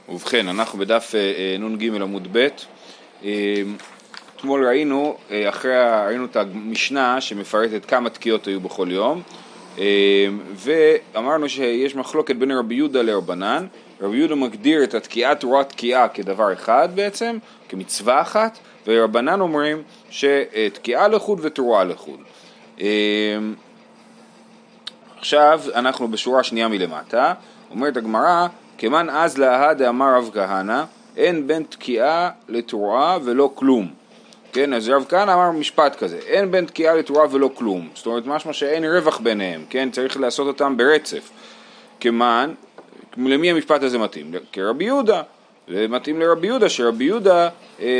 ובכן, אנחנו בדף נ"ג עמוד ב'. אתמול ראינו את המשנה שמפרטת כמה תקיעות היו בכל יום, ואמרנו שיש מחלוקת בין רבי יהודה לרבנן. רבי יהודה מגדיר את התקיעה תורת תקיעה כדבר אחד בעצם, כמצווה אחת, ורבנן אומרים שתקיעה לחוד ותורה לחוד. עכשיו אנחנו בשורה שנייה מלמטה. אומרת הגמרא, כמן אז להה דאמר רב כהנא, אין בין תקיעה לתורה ולא כלום. כן, אז רב כהנא אמר משפט כזה, אין בין תקיעה לתורה ולא כלום. זאת אומרת, משמע שאין רווח ביניהם, כן, צריך לעשות אותם ברצף. כמן, למי המשפט הזה מתאים? כרבי יהודה. זה מתאים לרבי יהודה, שרבי יהודה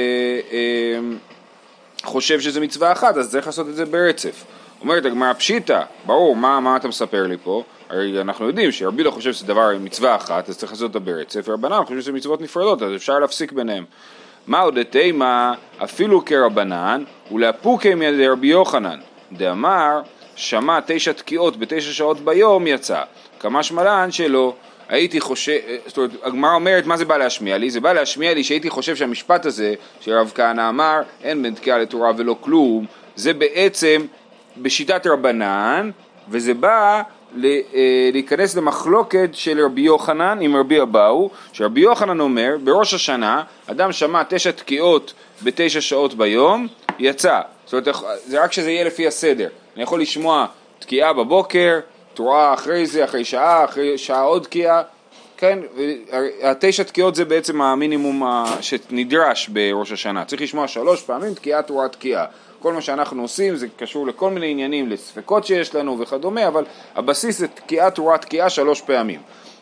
חושב שזה מצווה אחת, אז צריך לעשות את זה ברצף. אומרת הגמרא פשיטא, ברור, מה אתה מספר לי פה? הרי אנחנו יודעים שרבי יהודה חושב שזה דבר מצווה אחת, אז צריך לעשות אותה ברצף, ורבנן חושב שזה מצוות נפרדות, אז אפשר להפסיק ביניהם. מה עוד תימה, אפילו כרבנן, ולאפוקי מידי רבי יוחנן, דאמר, שמע 9 תקיעות ב9 שעות ביום יצא, כמשמע לן שלא. הייתי חושב, זאת אומרת, הגמרא אומרת, מה זה בא להשמיע לי? זה בא להשמיע לי שהייתי חושב שהמשפט הזה, שרב כהנא אמר, אין בין תקיעה לתורה ולא כלום, זה בעצם בשיטת רבנן, וזה בא להיכנס למחלוקת של רבי יוחנן עם רבי אבאו, שרבי יוחנן אומר, בראש השנה, אדם שמע 9 תקיעות ב9 שעות ביום, יצא. זאת אומרת, זה רק שזה יהיה לפי הסדר. אני יכול לשמוע תקיעה בבוקר, תורה אחרי זה, אחרי שעה עוד תקיעה, כן, 9 תקיעות זה בעצם המינימום שנדרש בראש השנה. צריך לשמוע 3 פעמים תקיעה, תורה, תקיעה. כל מה שאנחנו עושים זה קשור לכל מיני עניינים, לספקות שיש לנו וכדומה, אבל הבסיס זה תקיעה, תורה, תקיעה 3 פעמים.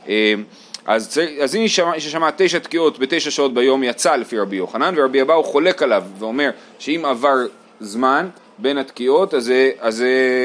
אז אם ששמע 9 תקיעות ב9 שעות ביום יצא לפי רבי יוחנן, ורבי אבאו חולק עליו ואומר שאם עבר זמן בין התקיעות, אז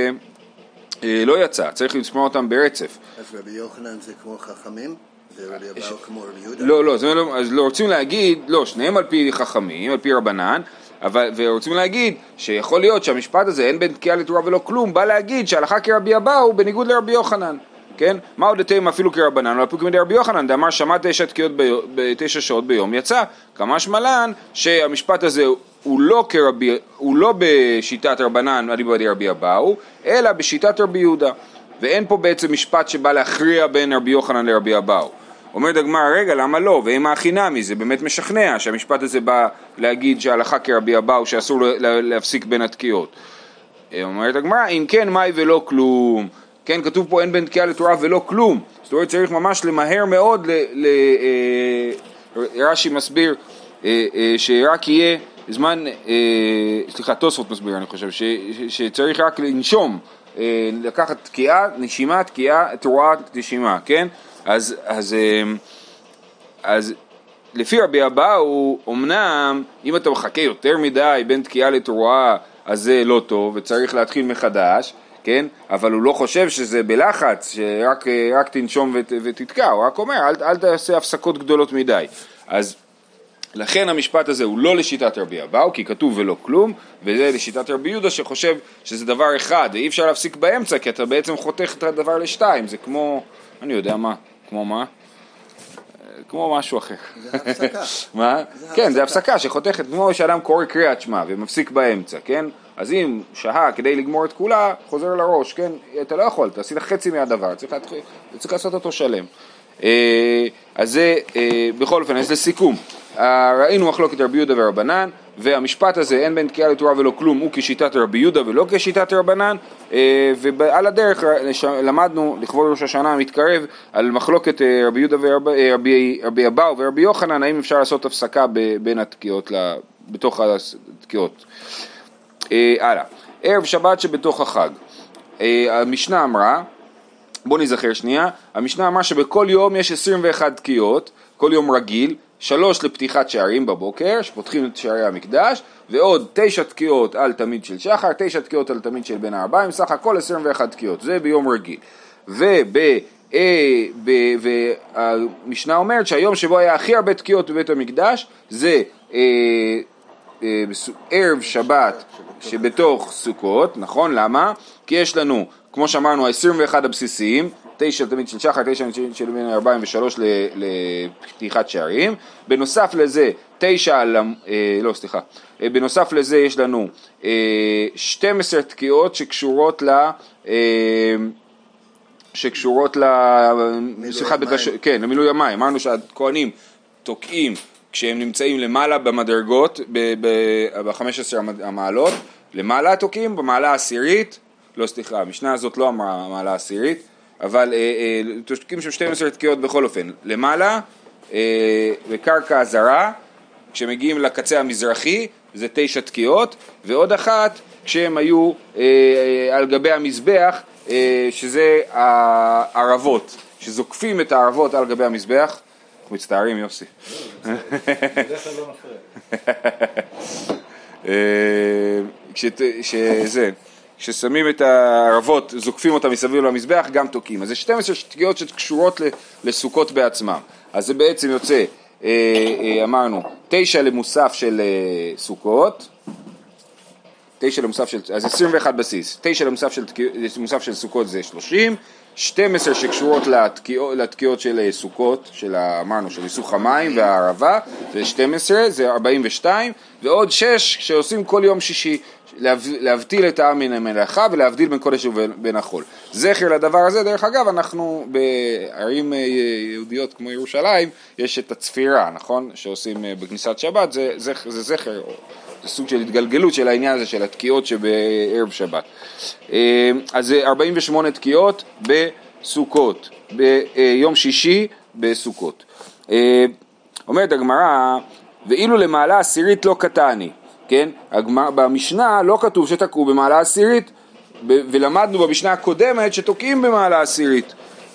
לא יצא, צריך לשמוע אותם ברצף. אז רבי יוחנן זה כמו חכמים? ורבי אבאו כמו רבי יהודה? לא, אז לא רוצים להגיד, לא, שניהם על פי חכמים, על פי רבנן, ורוצים להגיד שיכול להיות שהמשפט הזה אין בין תקיעה לתורה ולא כלום, בא להגיד שהלכה כרבי אבאו בניגוד לרבי יוחנן, כן? מה עוד אתם אפילו כרבנן, לא אפילו כמדי רבי יוחנן, דאמר שמע 9 תקיעות ב9 שעות ביום יצא, כמשמע לן שהמשפט הזה הוא לא בשיטת רבנן על ידי רבי אבאו, אלא בשיטת רבי יהודה, ואין פה בעצם משפט שבא להכריע בין רבי יוחנן לרבי אבאו. אומרת הגמרא, רגע, למה לא? ואם החינמי, זה באמת משכנע שהמשפט הזה בא להגיד שההלכה כרבי אבאו שאסור להפסיק בין התקיעות. אומרת הגמרא, אם כן, מהי ולא כלום? כן, כתוב פה אין בין תקיעה לתורה ולא כלום. זאת אומרת, צריך ממש למהר מאוד, רש"י מסביר שרק יהיה זמן, תוספות מסביר, אני חושב, שצריך רק לנשום, לקחת תקיעה, נשימה, תקיעה, תורה, נשימה, כן? אז לפי רבי אבאו, אמנם אם אתה מחכה יותר מדי בין תקיעה לתורה, אז זה לא טוב וצריך להתחיל מחדש, כן? אבל הוא לא חושב שזה בלחץ, שרק תנשום ותתקע, הוא רק אומר, אל תעשה הפסקות גדולות מדי. אז לכן המשפט הזה הוא לא לשיטת רבי אבאו, כי כתוב ולא כלום, וזה לשיטת רבי יהודה שחושב שזה דבר אחד, ואי אפשר להפסיק באמצע, כי אתה בעצם חותך את הדבר לשתיים, זה כמו, אני יודע מה, כמו מה? כמו משהו אחר. זה הפסקה. מה? כן, זה הפסקה שחותכת, כמו שאדם קורא קריאת שמע ומפסיק באמצע, כן? אז אם שעה כדי לגמור את כולה, חוזר לראש, כן? אתה לא יכול, אתה עשית חצי מהדבר, צריך לעשות אותו שלם. אז זה, בכל אופן, אז לסיכום, ראינו מחלוקת רבי יהודה ורבנן, והמשפט הזה, אין בין תקיעה לתורה ולא כלום, הוא כשיטת רבי יהודה ולא כשיטת רבנן, ועל הדרך למדנו, לכבוד ראש השנה המתקרב, על מחלוקת רבי יהודה ורבי אבאו ורבי יוחנן, האם אפשר לעשות הפסקה בין התקיעות, בתוך התקיעות. הלאה, ערב שבת שבתוך החג, המשנה אמרה, בוא נזכר שנייה, המשנה אמרה שבכל יום יש 21 תקיעות, כל יום רגיל, 3 לפתיחת שערים בבוקר, שפותחים את שערי המקדש, ועוד 9 תקיעות על תמיד של שחר, 9 תקיעות על תמיד של בין הארבעים, סך הכל 21 תקיעות, זה ביום רגיל. והמשנה אומרת שהיום שבו היה הכי הרבה תקיעות בבית המקדש, זה ערב שבת שבתוך סוכות, נכון? למה? כי יש לנו, כמו שאמרנו, ה-21 הבסיסיים, 9 לתמיד של שחר, 9 של בין 43 לפתיחת שערים. בנוסף לזה, בנוסף לזה יש לנו 12 תקיעות שקשורות למילוי המים. אמרנו שהכהנים תוקעים כשהם נמצאים למעלה במדרגות, ב-15 המעלות, למעלה תוקעים, במעלה העשירית, המשנה הזאת לא אמרה המעלה העשירית, אבל תוקעים שם 12 תקיעות בכל אופן, למעלה, בקרקע הזרה, כשמגיעים לקצה המזרחי, זה 9 תקיעות, ועוד אחת כשהם היו על גבי המזבח, שזה הערבות, שזוקפים את הערבות על גבי המזבח. אנחנו מצטערים, יוסי. בדרך כלל לא מפריע. כששמים את הערבות, זוקפים אותה מסביב למזבח, גם תוקים. אז זה 12 תקיעות שקשורות לסוכות בעצמם. אז זה בעצם יוצא, אמרנו, 9 למוסף של סוכות, 9 למוסף של, אז 21 בסיס, 9 למוסף של סוכות זה 30, 12 שקשורות לתקיעות של סוכות, אמרנו, של איסוך המים והערבה, זה 12, זה 42, ועוד 6 שעושים כל יום שישי, להבדיל את העם מן המלאכה ולהבדיל בין קודש ובין החול. זכר לדבר הזה, דרך אגב, אנחנו בערים יהודיות כמו ירושלים, יש את הצפירה, נכון? שעושים בכניסת שבת, זה זכר, זה סוג של התגלגלות של העניין הזה של התקיעות שבערב שבת. אז זה 48 תקיעות בסוכות, ביום שישי בסוכות. אומרת הגמרא, ואילו למעלה עשירית לא קטני, כן? במשנה לא כתוב שתקעו במעלה עשירית, ולמדנו במשנה הקודמת שתוקעים במעלה עשירית.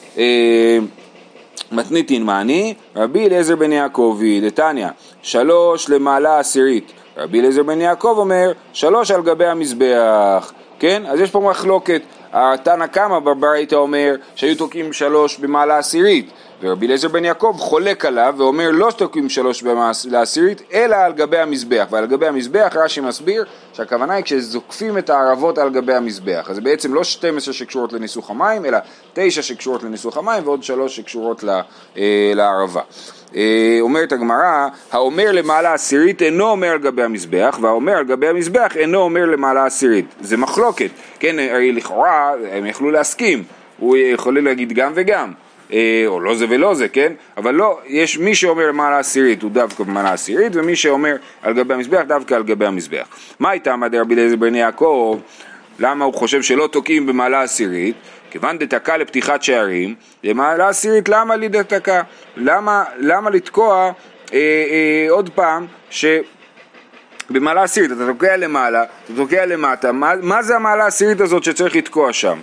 מתניתין מעני, רבי אליעזר בן יעקבי, דתניא, 3 למעלה עשירית. רבי אליעזר בן יעקב אומר 3 על גבי המזבח, כן? אז יש פה מחלוקת, התנא קמא בברייתא אומר שהיו תוקעים 3 במעלה עשירית, ורבי אליעזר בן יעקב חולק עליו ואומר לא תוקעים 3 במעלה עשירית, אלא על גבי המזבח, ועל גבי המזבח רש"י מסביר שהכוונה היא כשזוקפים את הערבות על גבי המזבח, אז זה בעצם לא 12 שקשורות לניסוך המים, אלא 9 שקשורות לניסוך המים ועוד 3 שקשורות לערבה. אומרת הגמרא, האומר למעלה עשירית אינו אומר על גבי המזבח, והאומר על גבי המזבח אינו אומר למעלה עשירית. זה מחלוקת, כן, הרי לכאורה הם יכלו להסכים, הוא יכול להגיד גם וגם, או לא זה ולא זה, כן, אבל לא, יש מי שאומר למעלה עשירית הוא דווקא במעלה עשירית, ומי שאומר על גבי המזבח דווקא על גבי המזבח. מה הייתה עמד רבי אליעזר בן יעקב? למה הוא חושב שלא תוקעים במעלה עשירית? כיוון דתקה לפתיחת שערים, למעלה עשירית למה לי דתקה? למה לתקוע עוד פעם שבמעלה עשירית אתה תוקע למעלה, אתה תוקע למטה, מה זה המעלה עשירית הזאת שצריך לתקוע שם?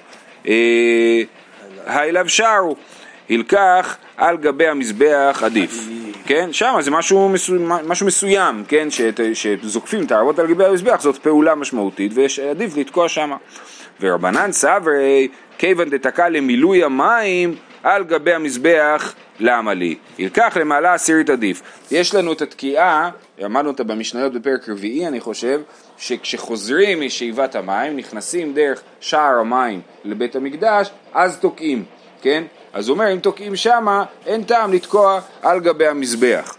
האליו שרו, הלקח על גבי המזבח עדיף, כן? שם זה משהו מסוים, כן? שזוקפים את הערבות על גבי המזבח, זאת פעולה משמעותית ועדיף לתקוע שם. ורבנן סברי, כיוון דתקה למילוי המים על גבי המזבח, למה לי? ילקח למעלה עשירית עדיף. יש לנו את התקיעה, אמרנו אותה במשניות בפרק רביעי, אני חושב, שכשחוזרים משאיבת המים, נכנסים דרך שער המים לבית המקדש, אז תוקעים, כן? אז הוא אומר, אם תוקעים שמה, אין טעם לתקוע על גבי המזבח.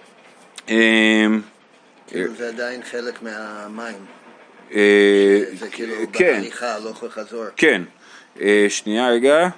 זה עדיין חלק מהמים. זה כאילו בהליכה, לא חזור. כן. שנייה רגע.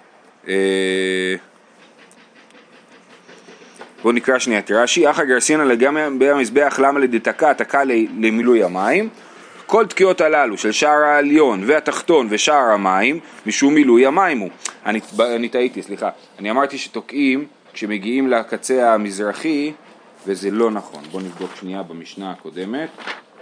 בואו נקרא שנייה את רש"י. אחא גרסינא לגבי המזבח למה לדתקה, תקע למילוי המים. כל תקיעות הללו של שער העליון והתחתון ושער המים משום מילוי המים הוא. אני טעיתי, סליחה. אני אמרתי שתוקעים כשמגיעים לקצה המזרחי, וזה לא נכון. בואו נבדוק שנייה במשנה הקודמת.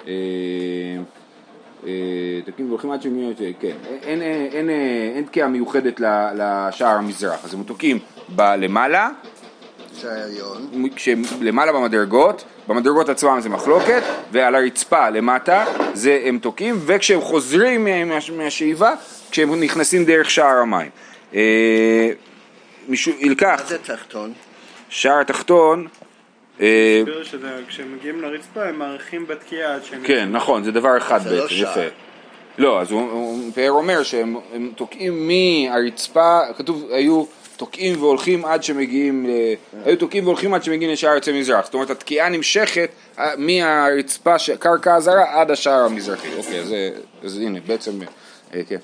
תוקעים והולכים עד שמגיעים, כן. אין תקיעה מיוחדת לשער המזרח. אז הם תוקעים למעלה, למעלה במדרגות עצמם זה מחלוקת, ועל הרצפה למטה זה הם תוקעים, וכשהם חוזרים מהשאיבה, כשהם נכנסים דרך שער המים. ילקח. מה זה תחתון? שער התחתון, כשהם מגיעים לרצפה הם מעריכים בתקיעה. כן, נכון, זה דבר אחד בעצם, יפה. לא, אז הוא פאר אומר שהם תוקעים מהרצפה, כתוב היו תוקעים והולכים עד שמגיעים, היו תוקעים והולכים עד שמגיעים לשער יוצא מזרח, זאת אומרת התקיעה נמשכת מהרצפה, קרקע הזרה עד השער המזרחי. אוקיי, אז הנה, בעצם, כן.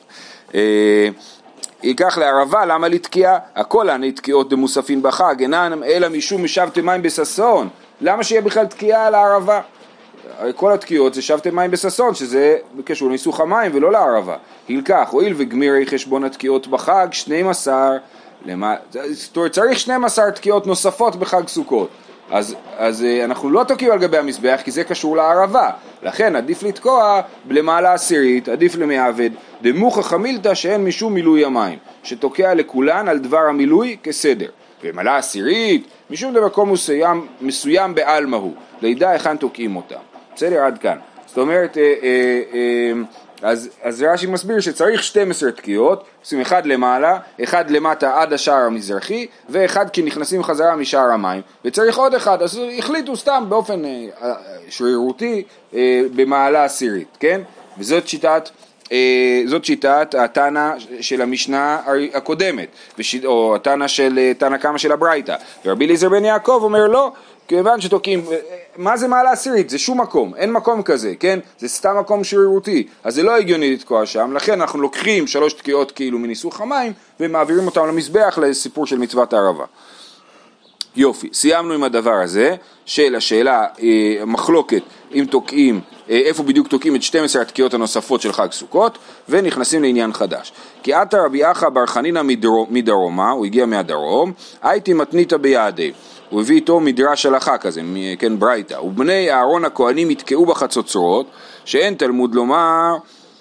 ייקח לערבה, למה לתקיעה? הכל אני תקיעות דמוספין בחג, אינן אלא משום משבתם מים בססון. למה שיהיה בכלל תקיעה על הערבה? כל התקיעות זה שבתם מים בססון, שזה קשור לניסוך המים ולא לערבה. הילקח, הואיל וגמירי חשבון התקיעות בחג, 12, צריך 12 תקיעות נוספות בחג סוכות. אז אנחנו לא תוקעים על גבי המזבח, כי זה קשור לערבה. לכן עדיף לתקוע למעלה עשירית, עדיף למעבד, דמוכה חמילתא שאין משום מילוי המים, שתוקע לכולן על דבר המילוי כסדר. ומעלה עשירית, משום דבר כל מסוים בעלמא הוא, לידע היכן תוקעים אותם. בסדר, עד כאן. זאת אומרת, אז רש"י מסביר שצריך 12 תקיעות, עושים אחד למעלה, אחד למטה עד השער המזרחי, ואחד כי נכנסים חזרה משער המים, וצריך עוד אחד, אז החליטו סתם באופן שרירותי במעלה עשירית, כן? וזאת שיטת התנא של המשנה הקודמת, או התנא של תנא קמא של הברייתא. ורבי אליעזר בן יעקב אומר לא, כיוון שתוקעים, מה זה מעלה עשירית? זה שום מקום, אין מקום כזה, כן? זה סתם מקום שרירותי, אז זה לא הגיוני לתקוע שם, לכן אנחנו לוקחים 3 תקיעות כאילו מניסוך המים, ומעבירים אותם למזבח לסיפור של מצוות הערבה. יופי, סיימנו עם הדבר הזה, של השאלה, מחלוקת, אם תוקעים, איפה בדיוק תוקעים את 12 התקיעות הנוספות של חג סוכות, ונכנסים לעניין חדש. כי עתה רבי אחא בר חנינא מדרומה, הוא הגיע מהדרום, הייתי מתניתא ביעדי. הוא הביא איתו מדרש הלכה כזה, כן, ברייתא. ובני אהרון הכהנים יתקעו בחצוצרות, שאין תלמוד לומר,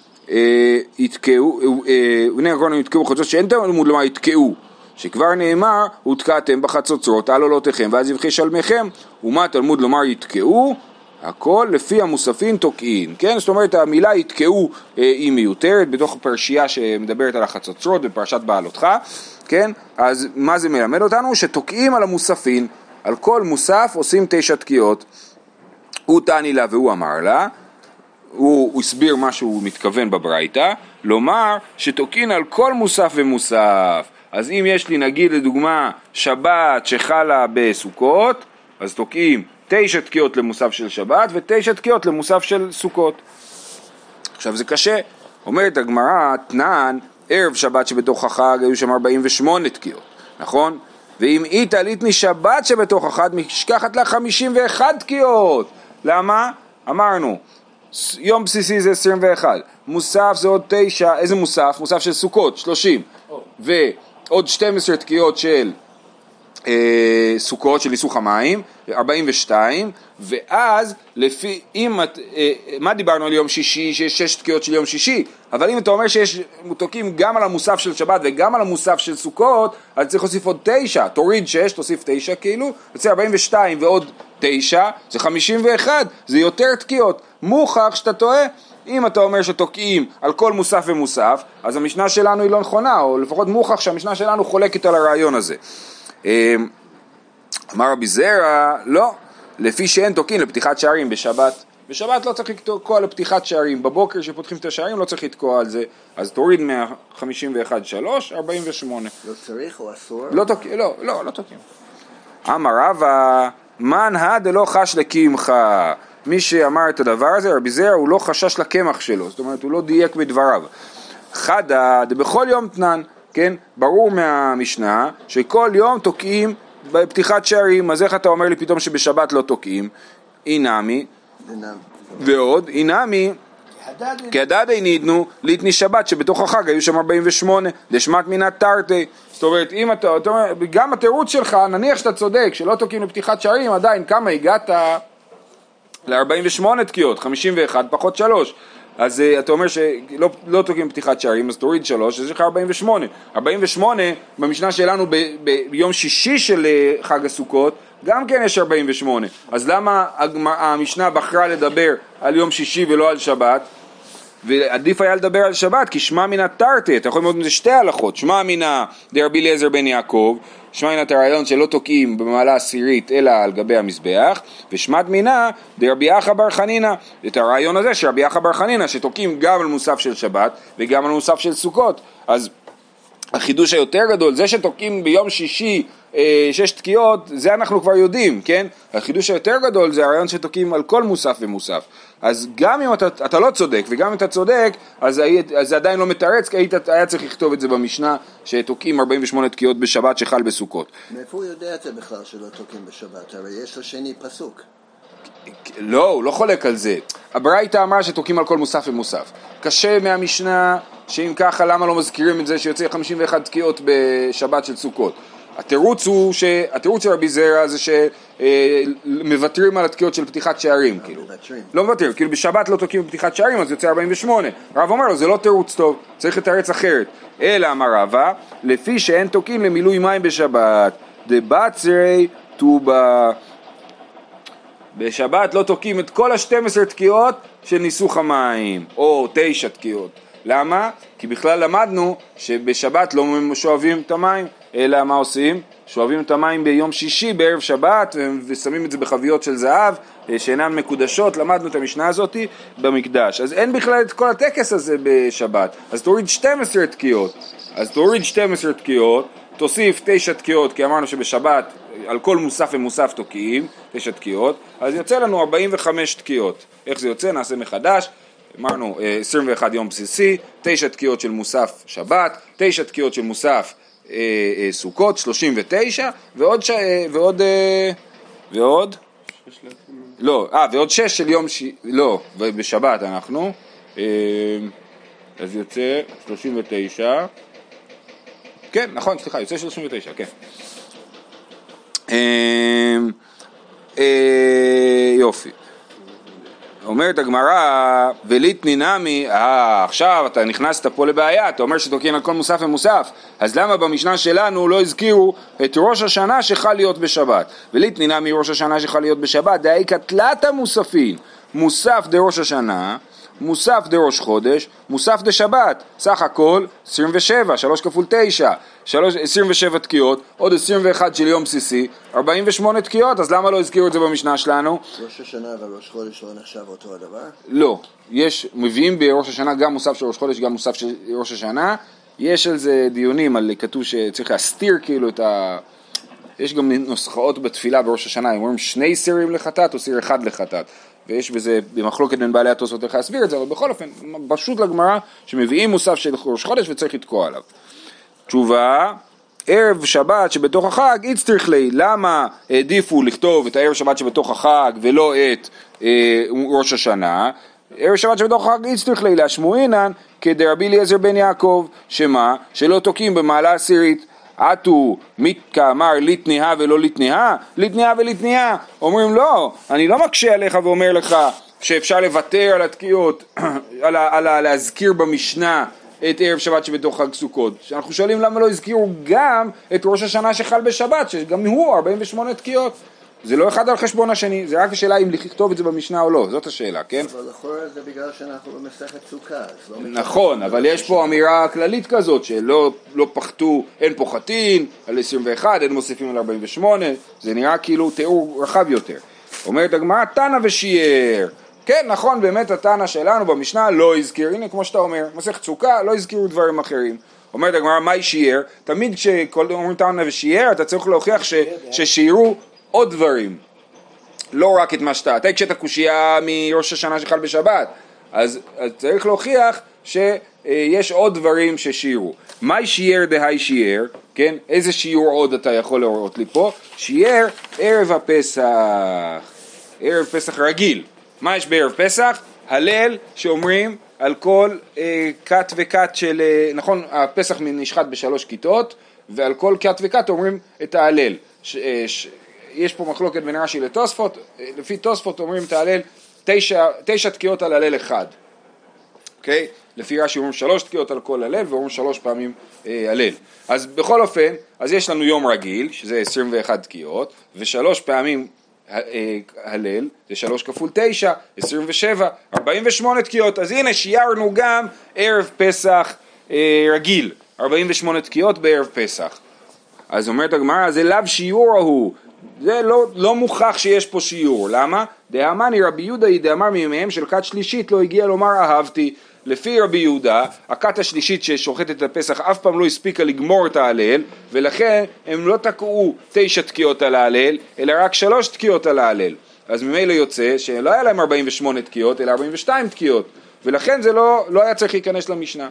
בני אהרון יתקעו בחצוצרות, שאין תלמוד לומר יתקעו, שכבר נאמר, הותקעתם בחצוצרות על עולותיכם, ואז יבחי שלמיכם, ומה תלמוד לומר יתקעו? הכל לפי המוספין תוקעין, כן? זאת אומרת, המילה יתקעו היא מיותרת, בתוך הפרשייה שמדברת על החצוצרות, בפרשת בעלותך, כן? אז מה זה מלמד אותנו? שתוקעים על המוספין, על כל מוסף עושים 9 תקיעות. הוא תעני לה והוא אמר לה, הוא הסביר מה שהוא מתכוון בברייתא, לומר שתוקעין על כל מוסף ומוסף. אז אם יש לי נגיד לדוגמה שבת שחלה בסוכות, אז תוקעים 9 תקיעות למוסף של שבת ו9 תקיעות למוסף של סוכות. עכשיו זה קשה, אומרת הגמרא, תנן, ערב שבת שבתוך החג היו שם 48 תקיעות, נכון? ואם היא תעלית משבת שבתוך החג משכחת לה 51 תקיעות. למה? אמרנו, יום בסיסי זה 21, מוסף זה עוד 9, איזה מוסף? מוסף של סוכות, 30, ועוד 12 תקיעות של סוכות של ניסוך המים, 42, ואז לפי, מה דיברנו על יום שישי, שיש 6 תקיעות של יום שישי, אבל אם אתה אומר שיש תוקעים גם על המוסף של שבת וגם על המוסף של סוכות, אז צריך להוסיף עוד 9, תוריד 6, תוסיף 9 כאילו, יוצא 42 ועוד 9, זה 51, זה יותר תקיעות, מוכח שאתה טועה. אם אתה אומר שתוקעים על כל מוסף ומוסף, אז המשנה שלנו היא לא נכונה, או לפחות מוכח שהמשנה שלנו חולקת על הרעיון הזה. אמר רבי זרע, לא, לפי שאין תוקעים לפתיחת שערים בשבת. בשבת לא צריך לתקוע לפתיחת שערים, בבוקר שפותחים את השערים לא צריך לתקוע על זה, אז תוריד 151, 3, 48. לא צריך או אסור? לא תוקעים, לא תוקעים. אמר רבא, מן דלא חש לקמך. מי שאמר את הדבר הזה, רבי זרע, הוא לא חשש לקמח שלו, זאת אומרת, הוא לא דייק בדבריו. חדא, בכל יום תנן, כן? ברור מהמשנה שכל יום תוקעים בפתיחת שערים, אז איך אתה אומר לי פתאום שבשבת לא תוקעים? אינמי, ועוד, אינמי, כי הדדי נידנו ליתני שבת שבתוך החג היו שם 48, דשמת מינת תרתי. זאת אומרת, אם אתה אומר, גם התירוץ שלך, נניח שאתה צודק, שלא תוקעים לפתיחת שערים, עדיין כמה הגעת ל-48 תקיעות, 51 פחות 3. אז אתה אומר שלא תוקעים פתיחת שערים, אז תוריד 3, אז יש לך 48. 48 במשנה שלנו ביום שישי של חג הסוכות, גם כן יש 48. אז למה המשנה בחרה לדבר על יום שישי ולא על שבת? ועדיף היה לדבר על שבת, כי שמע מן התרתי, אתה יכול ללמוד מזה שתי הלכות, שמע מן דרבי אליעזר בן יעקב, שמע מן הרעיון שלא תוקעים במעלה עשירית אלא על גבי המזבח, ושמעת מינה דרבי אחא בר חנינא, את הרעיון הזה שרבי אחא בר חנינא שתוקעים גם על מוסף של שבת וגם על מוסף של סוכות. אז החידוש היותר גדול, זה שתוקעים ביום שישי 6 תקיעות, זה אנחנו כבר יודעים, כן? החידוש היותר גדול זה הרעיון שתוקעים על כל מוסף ומוסף. אז גם אם אתה לא צודק וגם אם אתה צודק, אז זה עדיין לא מתרץ, כי היה צריך לכתוב את זה במשנה שתוקעים 48 תקיעות בשבת שחל בסוכות. מאיפה הוא יודע את זה בכלל שלא תוקעים בשבת? הרי יש לשני פסוק. לא, הוא לא חולק על זה. הברייתא אמרה שתוקעים על כל מוסף ומוסף. קשה מהמשנה שאם ככה למה לא מזכירים את זה שיוצא 51 תקיעות בשבת של סוכות. התירוץ של רבי זרע זה שמוותרים על התקיעות של פתיחת שערים, כאילו. לא מוותרים, כאילו בשבת לא תוקעים בפתיחת שערים, אז יוצא 48. רב אומר לו, זה לא תירוץ טוב, צריך לתרץ אחרת. אלא אמר רבא, לפי שאין תוקעים למילוי מים בשבת, דבצרי טובה. בשבת לא תוקעים את כל ה-12 תקיעות של ניסוך המים, או 9 תקיעות. למה? כי בכלל למדנו שבשבת לא שואבים את המים, אלא מה עושים? שואבים את המים ביום שישי בערב שבת ושמים את זה בחביות של זהב שאינן מקודשות. למדנו את המשנה הזאת במקדש. אז אין בכלל את כל הטקס הזה בשבת. אז תוריד 12 תקיעות. תוסיף 9 תקיעות, כי אמרנו שבשבת על כל מוסף ומוסף תוקעים 9 תקיעות, אז יוצא לנו 45 תקיעות. איך זה יוצא? נעשה מחדש. אמרנו 21 יום בסיסי, 9 תקיעות של מוסף שבת, 9 תקיעות של מוסף סוכות, 39, ועוד 6 של יום, לא, בשבת אנחנו, אז יוצא 39, כן, נכון, סליחה, יוצא 39, כן. יופי. אומרת הגמרא, וליתני נמי, עכשיו אתה נכנסת פה לבעיה, אתה אומר שתוקעים על כל מוסף ומוסף, אז למה במשנה שלנו לא הזכירו את ראש השנה שחל להיות בשבת? וליתני נמי ראש השנה שחל להיות בשבת, דהי קטלת המוספין, מוסף דראש השנה, מוסף דראש חודש, מוסף דשבת, סך הכל 27, 3 כפול 9, 27 תקיעות, עוד 21 של יום בסיסי, 48 תקיעות, אז למה לא הזכירו את זה במשנה שלנו? ראש השנה וראש חודש לא נחשב אותו הדבר? לא, מביאים בראש השנה גם מוסף של ראש חודש, גם מוסף של ראש השנה, יש על זה דיונים, כתוב שצריך להסתיר כאילו את יש גם נוסחאות בתפילה בראש השנה, הם אומרים 2 סירים לחטאת או סיר 1 לחטאת, ויש בזה במחלוקת בין בעלי התוספות איך להסביר את זה, אבל בכל אופן, פשוט לגמרא שמביאים מוסף של ראש חודש וצריך לתקוע עליו. תשובה, ערב שבת שבתוך החג יצטרך לי, למה העדיפו לכתוב את הערב שבת שבתוך החג ולא את ראש השנה? ערב שבת שבתוך החג יצטרך לי, להשמועינן כדרבי אליעזר בן יעקב, שמה? שלא תוקעים במעלה עשירית. עטו כאמר ליתנייה ולא ליתנייה, ליתנייה וליתנייה. אומרים לא, אני לא מקשה עליך ואומר לך שאפשר לוותר על התקיעות, על להזכיר במשנה את ערב שבת שבתוך חג סוכות. שאנחנו שואלים למה לא הזכירו גם את ראש השנה שחל בשבת, שגם הוא 48 תקיעות. זה לא אחד על חשבון השני, זה רק השאלה אם לכתוב את זה במשנה או לא, זאת השאלה, כן? אבל לכאורה זה בגלל שאנחנו במסכת סוכה. נכון, אבל יש פה אמירה כללית כזאת, שלא פחתו, אין פוחתין על 21, אין מוסיפים על 48, זה נראה כאילו תיאור רחב יותר. אומרת הגמרא, תנא ושיער. כן, נכון, באמת התנא שלנו במשנה לא הזכיר, הנה כמו שאתה אומר, מסכת סוכה, לא הזכירו דברים אחרים. אומרת הגמרא, מהי שיער? תמיד כשאומרים תנא ושיער, אתה צריך להוכיח ששיערו עוד דברים, לא רק את מה אתה הקשת הקושייה מראש השנה שחל בשבת, אז צריך להוכיח שיש עוד דברים ששיערו. מהי שיער דהי שיער, כן? איזה שיעור עוד אתה יכול להראות לי פה? שיער ערב הפסח, ערב פסח רגיל. מה יש בערב פסח? הלל שאומרים על כל קט וקט של, נכון, הפסח נשחט ב3 כיתות, ועל כל קט וקט אומרים את ההלל. יש פה מחלוקת בין רש"י לתוספות, לפי תוספות אומרים תהלל 9 תקיעות על הלל אחד, אוקיי? לפי רש"י אומרים 3 תקיעות על כל הלל, ואומרים 3 פעמים הלל. אז בכל אופן, אז יש לנו יום רגיל, שזה 21 תקיעות, ו3 פעמים הלל, זה 3 כפול 9, 27, 48 תקיעות. אז הנה שיירנו גם ערב פסח רגיל, 48 תקיעות בערב פסח. אז אומרת הגמרא, זה לאו שיעור ההוא, זה לא מוכח שיש פה שיעור. למה? דאמני רבי יהודה דאמר מימיהם של כת שלישית לא הגיע לומר אהבתי. לפי רבי יהודה, הכת השלישית ששוחטת את הפסח אף פעם לא הספיקה לגמור את ההלל, ולכן הם לא תקעו 9 תקיעות על ההלל, אלא רק 3 תקיעות על ההלל. אז ממילא יוצא שלא היה להם 48 תקיעות, אלא 42 תקיעות, ולכן זה לא היה צריך להיכנס למשנה.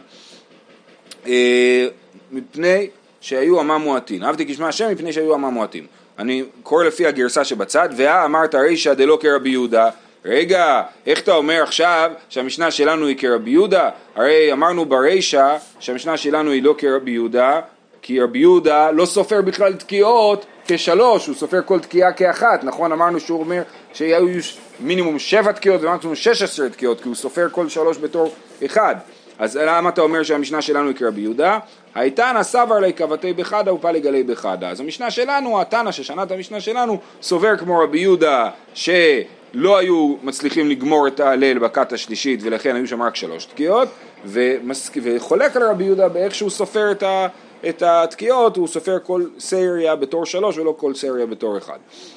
מפני שהיו עמה מועטין. אהבתי כשמה השם מפני שהיו עמה מועטין. אני קורא לפי הגרסה שבצד, אמרת רישא דלא כרבי יהודה. רגע, איך אתה אומר עכשיו שהמשנה שלנו היא כרבי יהודה? הרי אמרנו ברישא שהמשנה שלנו היא לא כרבי יהודה, כי רבי יהודה לא סופר בכלל תקיעות כ3, הוא סופר כל תקיעה כאחת, נכון? אמרנו שהוא אומר שהיו מינימום 7 תקיעות ומקסימום 16 תקיעות, כי הוא סופר כל 3 בתור אחד. אז למה אתה אומר שהמשנה שלנו היא כרבי יהודה? הייתנא סבר לי כבתי בחדה ופליג עלי בחדה. אז המשנה שלנו, התנא ששנה את המשנה שלנו, סובר כמו רבי יהודה שלא היו מצליחים לגמור את ההלל בכת השלישית ולכן היו שם רק 3 תקיעות, וחולק על רבי יהודה באיך שהוא סופר את התקיעות, הוא סופר כל סריה בתור 3 ולא כל סריה בתור 1.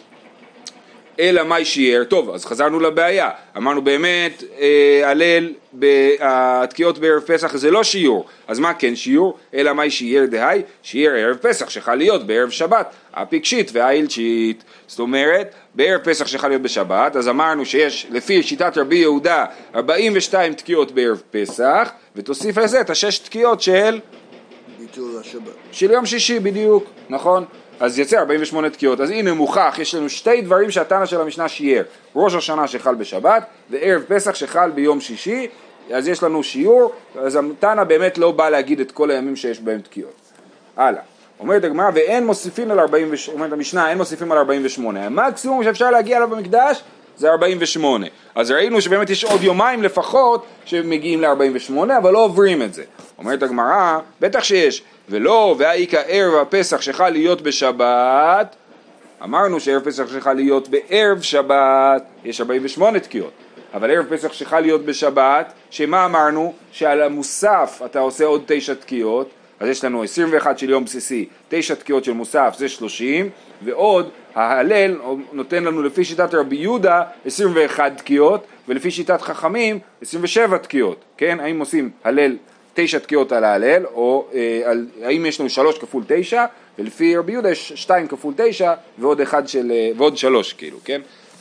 אלא מה שיער? טוב, אז חזרנו לבעיה, אמרנו באמת הלל התקיעות בערב פסח זה לא שיעור, אז מה כן שיעור? אלא מה שיער דהי? שיער ערב פסח שחל להיות בערב שבת, הפיקשית והאילצ'ית. זאת אומרת בערב פסח שחל להיות בשבת, אז אמרנו שיש לפי שיטת רבי יהודה 42 תקיעות בערב פסח, ותוסיף לזה את 6 תקיעות של ביטול השבת של יום שישי בדיוק, נכון? אז יצא 48 תקיעות. אז הנה מוכח, יש לנו 2 דברים שהתנא של המשנה שיער, ראש השנה שחל בשבת וערב פסח שחל ביום שישי, אז יש לנו שיעור. אז התנא באמת לא בא להגיד את כל הימים שיש בהם תקיעות. הלאה, אומרת הגמרא, ואין מוסיפים על 48, אומרת המשנה, אין מוסיפים על 48, המקסימום שאפשר להגיע אליו במקדש זה 48. אז ראינו שבאמת יש עוד יומיים לפחות שמגיעים ל-48, אבל לא עוברים את זה. אומרת הגמרא, בטח שיש, ולא, והאיקה ערב הפסח שחל להיות בשבת, אמרנו שערב פסח שחל להיות בערב שבת, יש 48 תקיעות, אבל ערב פסח שחל להיות בשבת, שמה אמרנו? שעל המוסף אתה עושה עוד 9 תקיעות, אז יש לנו 21 של יום בסיסי, 9 תקיעות של מוסף זה 30, ועוד ההלל נותן לנו לפי שיטת רבי יהודה 21 תקיעות, ולפי שיטת חכמים 27 תקיעות, כן? האם עושים הלל 9 תקיעות על ההלל, או האם יש לנו 3 כפול 9, ולפי רבי יהודה יש 2 כפול 9, ועוד 3 כאילו, כן?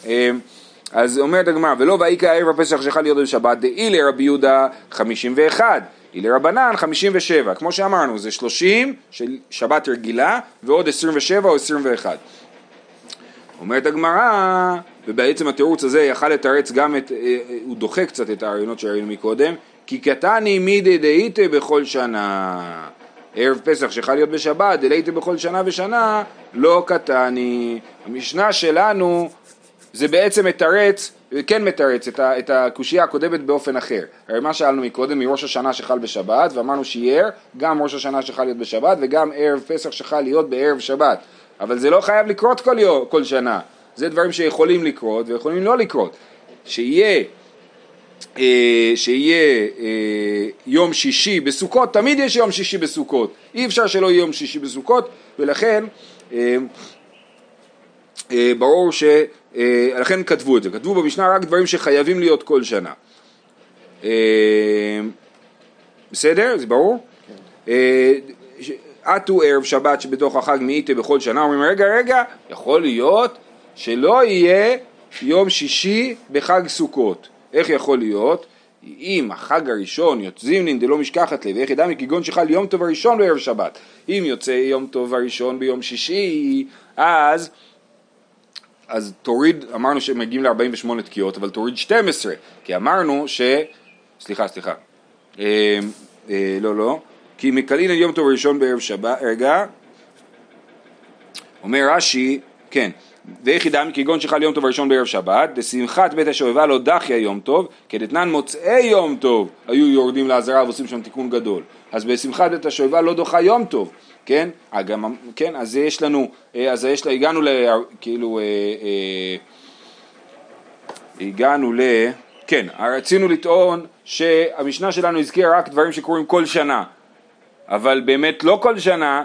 אז אומרת הגמרא, ולא והאיקה ערב הפסח שחל להיות בשבת, דאי לרבי יהודה 51, אי לרבנן 57, כמו שאמרנו, זה 30 של שבת רגילה, ועוד 27 או 21. אומרת הגמרא, ובעצם התירוץ הזה יכל לתרץ גם הוא דוחה קצת את הרעיונות שראינו מקודם, כי קטני מידי דאיתה בכל שנה. ערב פסח שחל להיות בשבת, דאיתה בכל שנה ושנה, לא קטני. המשנה שלנו זה בעצם מתרץ, כן מתרץ את הקושייה הקודמת באופן אחר. הרי מה שאלנו מקודם מראש השנה שחל בשבת, ואמרנו שיער גם ראש השנה שחל להיות בשבת, וגם ערב פסח שחל להיות בערב שבת. אבל זה לא חייב לקרות כל שנה. זה דברים שיכולים לקרות ויכולים לא לקרות. שיהיה יום שישי בסוכות, תמיד יש יום שישי בסוכות, אי אפשר שלא יהיה יום שישי בסוכות, ולכן ברור לכן כתבו את זה, כתבו במשנה רק דברים שחייבים להיות כל שנה. בסדר? זה ברור? עטו ערב שבת שבתוך החג מאיתה בכל שנה, אומרים רגע, יכול להיות שלא יהיה יום שישי בחג סוכות. איך יכול להיות? אם החג הראשון יוצאים דלא משכחת לב, איך ידע מכגון שחל יום טוב הראשון בערב שבת. אם יוצא יום טוב הראשון ביום שישי, אז תוריד, אמרנו שמגיעים ל-48 תקיעות, אבל תוריד 12, כי אמרנו סליחה, לא, כי מקלין על יום טוב הראשון בערב שבת, רגע, אומר רש"י, כן, ואיך ידע מכגון שחל יום טוב הראשון בערב שבת, דשמחת בית השואבה לא דחיה יום טוב, כדתנן מוצאי יום טוב היו יורדים לעזרה ועושים שם תיקון גדול. אז בשמחת בית השואבה לא דוחה יום טוב, כן? גם, כן, אז יש לנו, הגענו כאילו, כן, רצינו לטעון שהמשנה שלנו הזכיר רק דברים שקורים כל שנה, אבל באמת לא כל שנה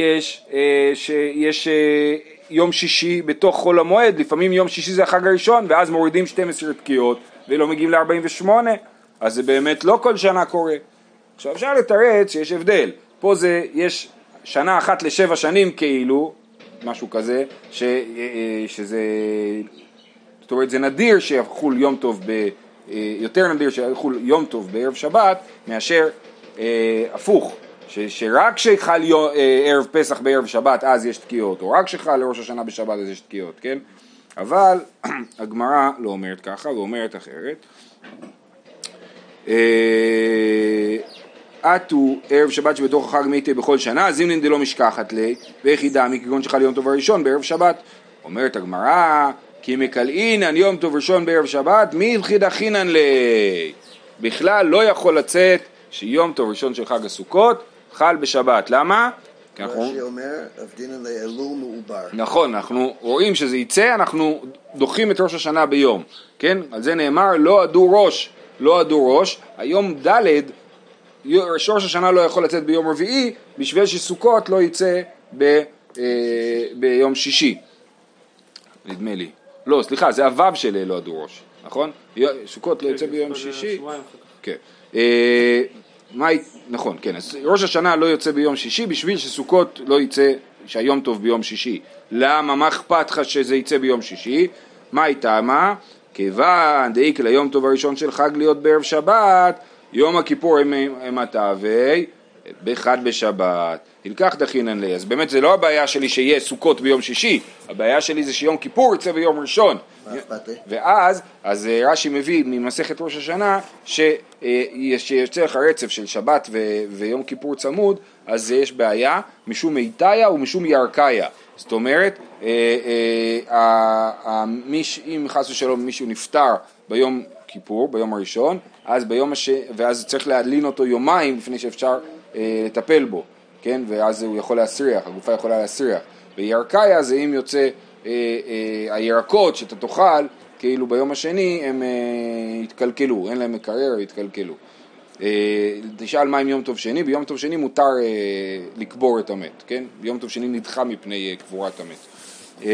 יש יום שישי בתוך חול המועד, לפעמים יום שישי זה החג הראשון, ואז מורידים 12 תקיעות ולא מגיעים ל-48, אז זה באמת לא כל שנה קורה. עכשיו אפשר לתרץ שיש הבדל, פה יש שנה אחת ל7 שנים כאילו, משהו כזה, שזה, זאת אומרת זה נדיר שיחול יום טוב, יותר נדיר שיחול יום טוב בערב שבת, מאשר הפוך, שרק שחל ערב פסח בערב שבת אז יש תקיעות, או רק שחל לראש השנה בשבת אז יש תקיעות, כן? אבל הגמרא לא אומרת ככה, היא אומרת אחרת. עטו ערב שבת שבתוך החג מייטה בכל שנה, זימנין דלא משכחת לי, ויחידה מכגון שחל יום טוב הראשון בערב שבת. אומרת הגמרא, כי מקלעינן יום טוב ראשון בערב שבת, מי יחידה חינן לי? בכלל לא יכול לצאת שיום טוב ראשון של חג הסוכות חל בשבת. למה? רש"י אומר, אבדינן לאלול מעובר. נכון, אנחנו רואים שזה יצא, אנחנו דוחים את ראש השנה ביום, כן? על זה נאמר, לא עדו ראש, לא עדו ראש, היום ד' ראש השנה לא יכול לצאת ביום רביעי, בשביל שסוכות לא יצא ביום שישי. נדמה לי. לא, סליחה, זה הוו של לא עדו ראש, נכון? סוכות לא יצא ביום שישי. כן. נכון, כן, אז ראש השנה לא יוצא ביום שישי בשביל שסוכות לא יצא, שהיום טוב ביום שישי. למה? מה אכפת לך שזה יצא ביום שישי? מה הייתה? מה? כיוון דאיק ליום טוב הראשון של חג להיות בערב שבת, יום הכיפור הם התאווי, בחד בשבת. הלקח דחינן לי. אז באמת זה לא הבעיה שלי שיהיה סוכות ביום שישי, הבעיה שלי זה שיום כיפור יצא ביום ראשון. ואז, אז רש"י מביא ממסכת ראש השנה שיוצא לך רצף של שבת ויום כיפור צמוד, אז יש בעיה משום מיתיה ומשום ירקיה. זאת אומרת, אם חס ושלום מישהו נפטר ביום כיפור, ביום הראשון, אז ואז צריך להדלין אותו יומיים לפני שאפשר לטפל בו, כן? ואז הוא יכול להסריח, הגופה יכולה להסריח. וירקיה זה אם יוצא הירקות שאתה תאכל, כאילו ביום השני הם התקלקלו, אין להם מקרר, התקלקלו. תשאל מה עם יום טוב שני? ביום טוב שני מותר לקבור את המת, כן? ביום טוב שני נדחה מפני קבורת המת.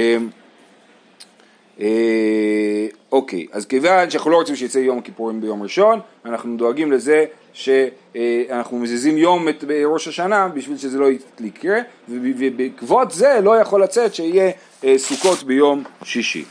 אוקיי, אז כיוון שאנחנו לא רוצים שיצא יום הכיפורים ביום ראשון, אנחנו דואגים לזה שאנחנו מזיזים יום את ראש השנה בשביל שזה לא יקרה, ובעקבות זה לא יכול לצאת שיהיה סוכות ביום שישי.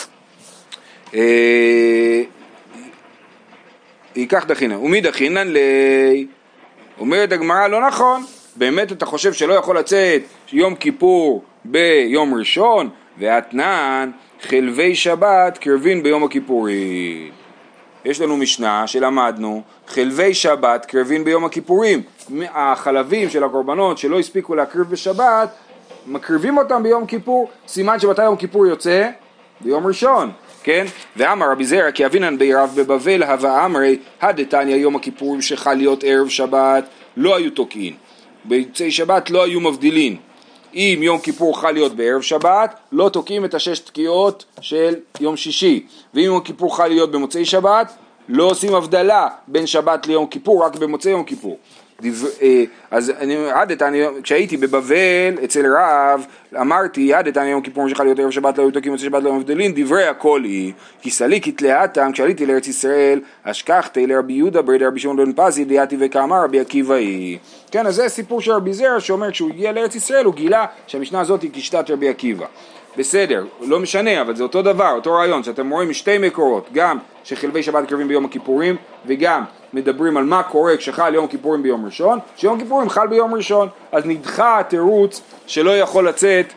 ייקח דחינן, ומי דחינן אומרת הגמרא לא נכון, באמת אתה חושב שלא יכול לצאת יום כיפור ביום ראשון, ואתנן חלבי שבת קרבין ביום הכיפורים. יש לנו משנה שלמדנו חלבי שבת קרבין ביום הכיפורים, החלבים של הקורבנות שלא הספיקו להקריב בשבת מקריבים אותם ביום כיפור, סימן שמתי יום כיפור יוצא? ביום ראשון, כן? ואמר רבי זרע כי אבינן בעירב בבבל הווה אמרי הדתניא יום הכיפורים שחל להיות ערב שבת לא היו תוקעין, ביוצאי שבת לא היו מבדילין. אם יום כיפור חל להיות בערב שבת, לא תוקעים את 6 תקיעות של יום שישי. ואם יום כיפור חל להיות במוצאי שבת, לא עושים הבדלה בין שבת ליום כיפור, רק במוצאי יום כיפור. אז כשהייתי בבבל אצל רב, אמרתי, עדתני יום כיפור שחל להיות ערב שבת, לא היו תוקעים מוצאי שבת, לא מבדלים, דברי הכל היא, כי סליקית לאטם, כשעליתי לארץ ישראל, השכחתי לרבי יהודה ברד רבי שמעון בן פזי, דיאתי וכאמר רבי עקיבא היא. כן, אז זה סיפור של רבי זרע שאומר כשהוא הגיע לארץ ישראל, הוא גילה שהמשנה הזאת היא כשיטת רבי עקיבא. בסדר, לא משנה, אבל זה אותו דבר, אותו רעיון, שאתם רואים משתי מקורות, גם שחלבי שבת קרבים ביום הכיפורים, וגם מדברים על מה קורה כשחל יום כיפורים ביום ראשון, שיום כיפורים חל ביום ראשון, אז נדחה התירוץ שלא יכול לצאת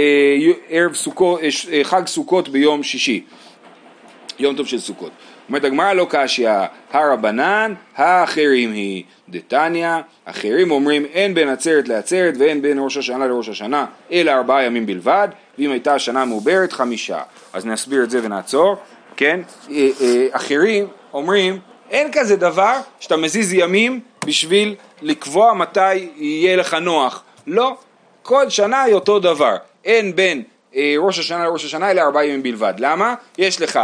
חג סוכות ביום שישי, יום טוב של סוכות. אומרת הגמרא לא קשיא, הרבנן, האחרים היא דתניא, אחרים אומרים אין בין עצרת לעצרת ואין בין ראש השנה לראש השנה, אלא 4 ימים בלבד, ואם הייתה השנה מעוברת 5. אז נסביר את זה ונעצור, כן? אחרים אומרים אין כזה דבר שאתה מזיז ימים בשביל לקבוע מתי יהיה לך נוח, לא, כל שנה היא אותו דבר, אין בין ראש השנה לראש השנה אלא 4 ימים בלבד. למה? יש לך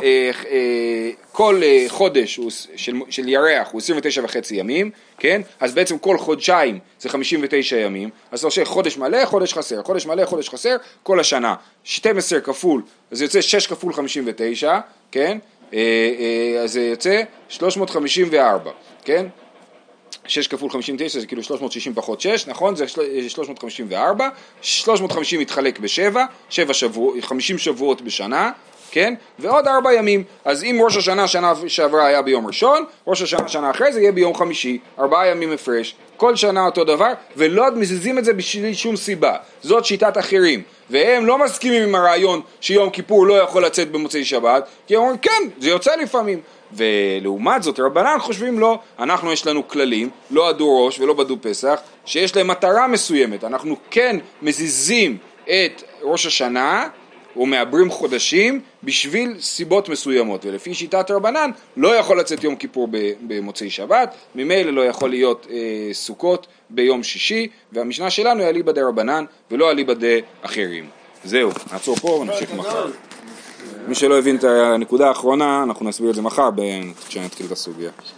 כל חודש של ירח הוא 29.5 ימים, כן? אז בעצם כל חודשיים זה 59 ימים, אז אתה עושה חודש מלא, חודש חסר, חודש מלא, חודש חסר, כל השנה. 12 כפול, אז זה יוצא 6 כפול 59, כן? אז זה יוצא 354, כן? 6 כפול 59 זה כאילו 360 פחות 6, נכון? זה 354, 350 מתחלק ב7, 50 שבועות בשנה, כן? ועוד 4 ימים. אז אם ראש השנה שנה שעברה היה ביום ראשון, ראש השנה שנה אחרי זה יהיה ביום חמישי, 4 ימים הפרש, כל שנה אותו דבר, ולא מזיזים את זה בשביל שום סיבה. זאת שיטת אחרים, והם לא מסכימים עם הרעיון שיום כיפור לא יכול לצאת במוצאי שבת, כי הם אומרים כן, זה יוצא לפעמים. ולעומת זאת רבנן חושבים לא, אנחנו יש לנו כללים, לא עדו ראש ולא בדו פסח, שיש להם מטרה מסוימת, אנחנו כן מזיזים את ראש השנה או מעברים חודשים בשביל סיבות מסוימות, ולפי שיטת רבנן לא יכול לצאת יום כיפור במוצאי שבת, ממילא לא יכול להיות סוכות ביום שישי, והמשנה שלנו היא אליבא דרבנן ולא אליבא דאחרים. זהו, נעצור פה ונמשיך מחר. מי שלא הבין את הנקודה האחרונה, אנחנו נסביר את זה מחר כשנתחיל את הסוגיה.